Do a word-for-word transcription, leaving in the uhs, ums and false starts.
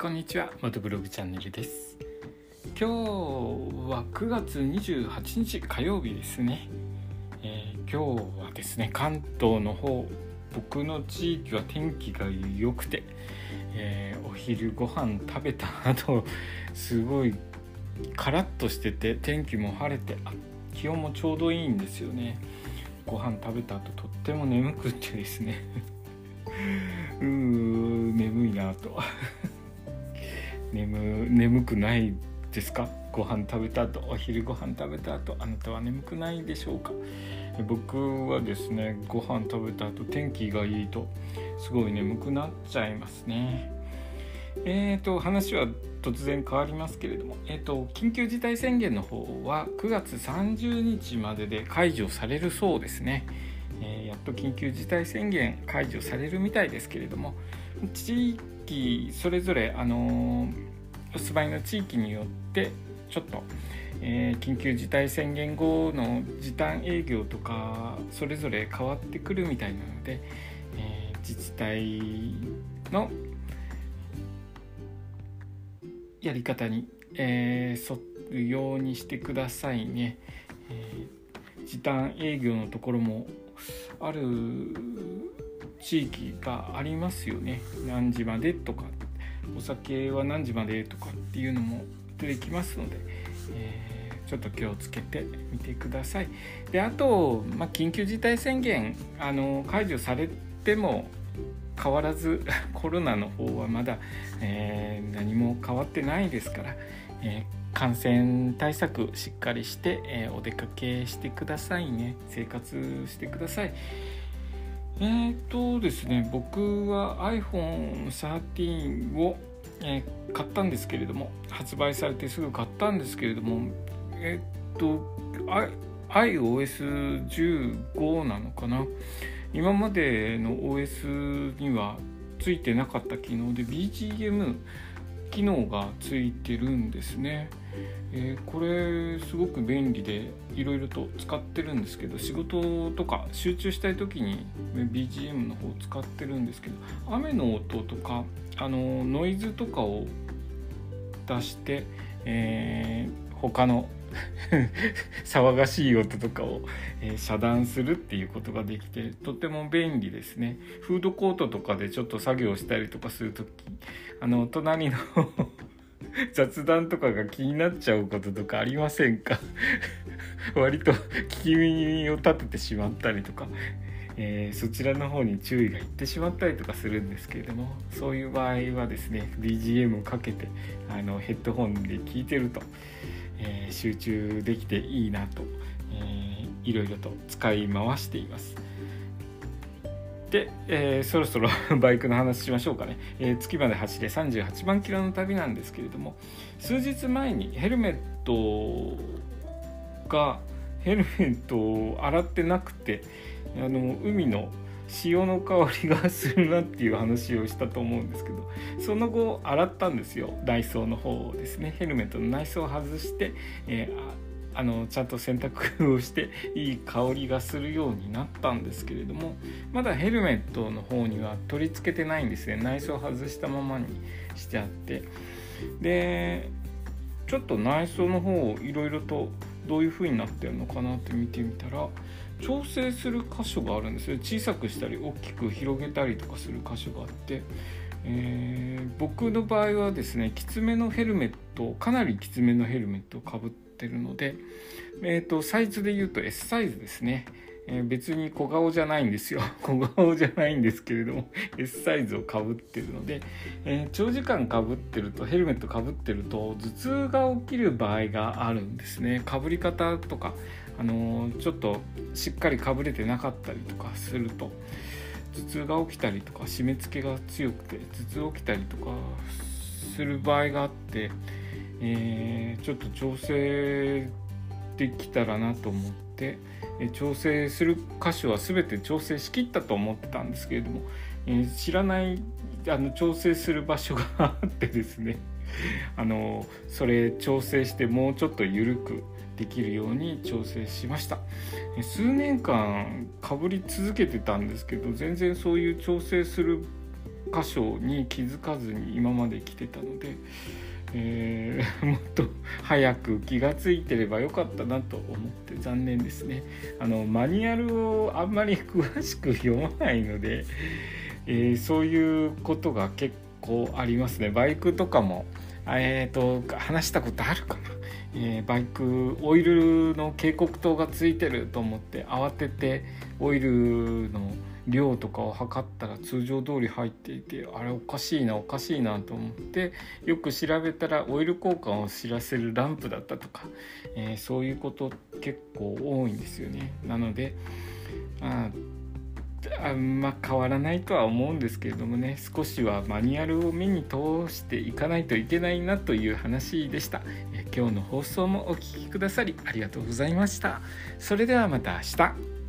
こんにちは、元ブログチャンネルです。今日はくがつにじゅうはちにち火曜日ですね、えー、今日はですね関東の方、僕の地域は天気が良くて、えー、お昼ご飯食べた後すごいカラッとしてて、天気も晴れて、あ気温もちょうどいいんですよね。ご飯食べた後とっても眠くってですねうー眠いなと眠眠くないですか？ご飯食べた後、お昼ご飯食べた後、あなたは眠くないでしょうか？僕はですね、ご飯食べた後天気がいいとすごい眠くなっちゃいますね。えーと話は突然変わりますけれども、えーと緊急事態宣言の方はくがつさんじゅうにちまでで解除されるそうですね。えー、やっと緊急事態宣言解除されるみたいですけれども、地域それぞれ、あのー、お住まいの地域によってちょっと、えー、緊急事態宣言後の時短営業とかそれぞれ変わってくるみたいなので、えー、自治体のやり方に、えー、沿うようにしてくださいね。えー、時短営業のところもある地域がありますよね。何時までとか、お酒は何時までとかっていうのも出てきますので、えー、ちょっと気をつけてみてください。で、あと、まあ、緊急事態宣言あの解除されても変わらずコロナの方はまだ、えー、何も変わってないですから、えー、感染対策しっかりして、えー、お出かけしてくださいね。生活してください。えーとですね、僕は アイフォンサーティーン を、えー、買ったんですけれども、発売されてすぐ買ったんですけれども、えーと アイオーエスじゅうご なのかな。今までの オーエス にはついてなかった機能で ビージーエム 機能がついてるんですね。えー、これすごく便利でいろいろと使ってるんですけど、仕事とか集中したい時に ビージーエム の方を使ってるんですけど、雨の音とかあのノイズとかを出して、えー、他の騒がしい音とかを、えー、遮断するっていうことができて、とっても便利ですね。フードコートとかでちょっと作業したりとかするとき、あの隣の雑談とかが気になっちゃうこととかありませんか？割と聞き耳を立ててしまったりとか、えー、そちらの方に注意がいってしまったりとかするんですけれども、そういう場合はですね ビージーエム をかけてあのヘッドホンで聞いてると、えー、集中できていいなと、えー、いろいろと使い回しています。で、えー、そろそろバイクの話しましょうかね。えー、月まで走れさんじゅうはちまんキロの旅なんですけれども、数日前にヘルメットがヘルメットを洗ってなくて、あの海の潮の香りがするなっていう話をしたと思うんですけど、その後洗ったんですよ。内装の方ですね。ヘルメットの内装を外して、えーあのちゃんと洗濯をしていい香りがするようになったんですけれども、まだヘルメットの方には取り付けてないんですね。内装を外したままにしてあって、でちょっと内装の方をいろいろとどういう風になってるのかなって見てみたら、調整する箇所があるんですよ。小さくしたり大きく広げたりとかする箇所があって、えー、僕の場合はですね、きつめのヘルメット、かなりきつめのヘルメットをかぶってるので、えーと、サイズで言うと エス サイズですね。えー、別に小顔じゃないんですよ。小顔じゃないんですけれども エス サイズをかぶってるので、えー、長時間かぶってると、ヘルメットかぶってると頭痛が起きる場合があるんですね。かぶり方とか、あのー、ちょっとしっかりかぶれてなかったりとかすると頭痛が起きたりとか、締め付けが強くて頭痛起きたりとかする場合があって、えー、ちょっと調整できたらなと思って、えー、調整する箇所は全て調整しきったと思ってたんですけれども、えー、知らないあの調整する場所があってですねあのそれ調整してもうちょっと緩くできるように調整しました。数年間かぶり続けてたんですけど、全然そういう調整する箇所に気づかずに今まで来てたので、えー、もっと早く気がついてればよかったなと思って残念ですね。あのマニュアルをあんまり詳しく読まないので、えー、そういうことが結構ありますね。バイクとかも、えー、と話したことあるかな、えー、バイクオイルの警告灯がついてると思って慌ててオイルの量とかを測ったら通常通り入っていて、あれおかしいなおかしいなと思ってよく調べたらオイル交換を知らせるランプだったとか、えー、そういうこと結構多いんですよね。なのでああんま変わらないとは思うんですけれどもね、少しはマニュアルを目に通していかないといけないなという話でした。えー、今日の放送もお聞きくださりありがとうございました。それではまた明日。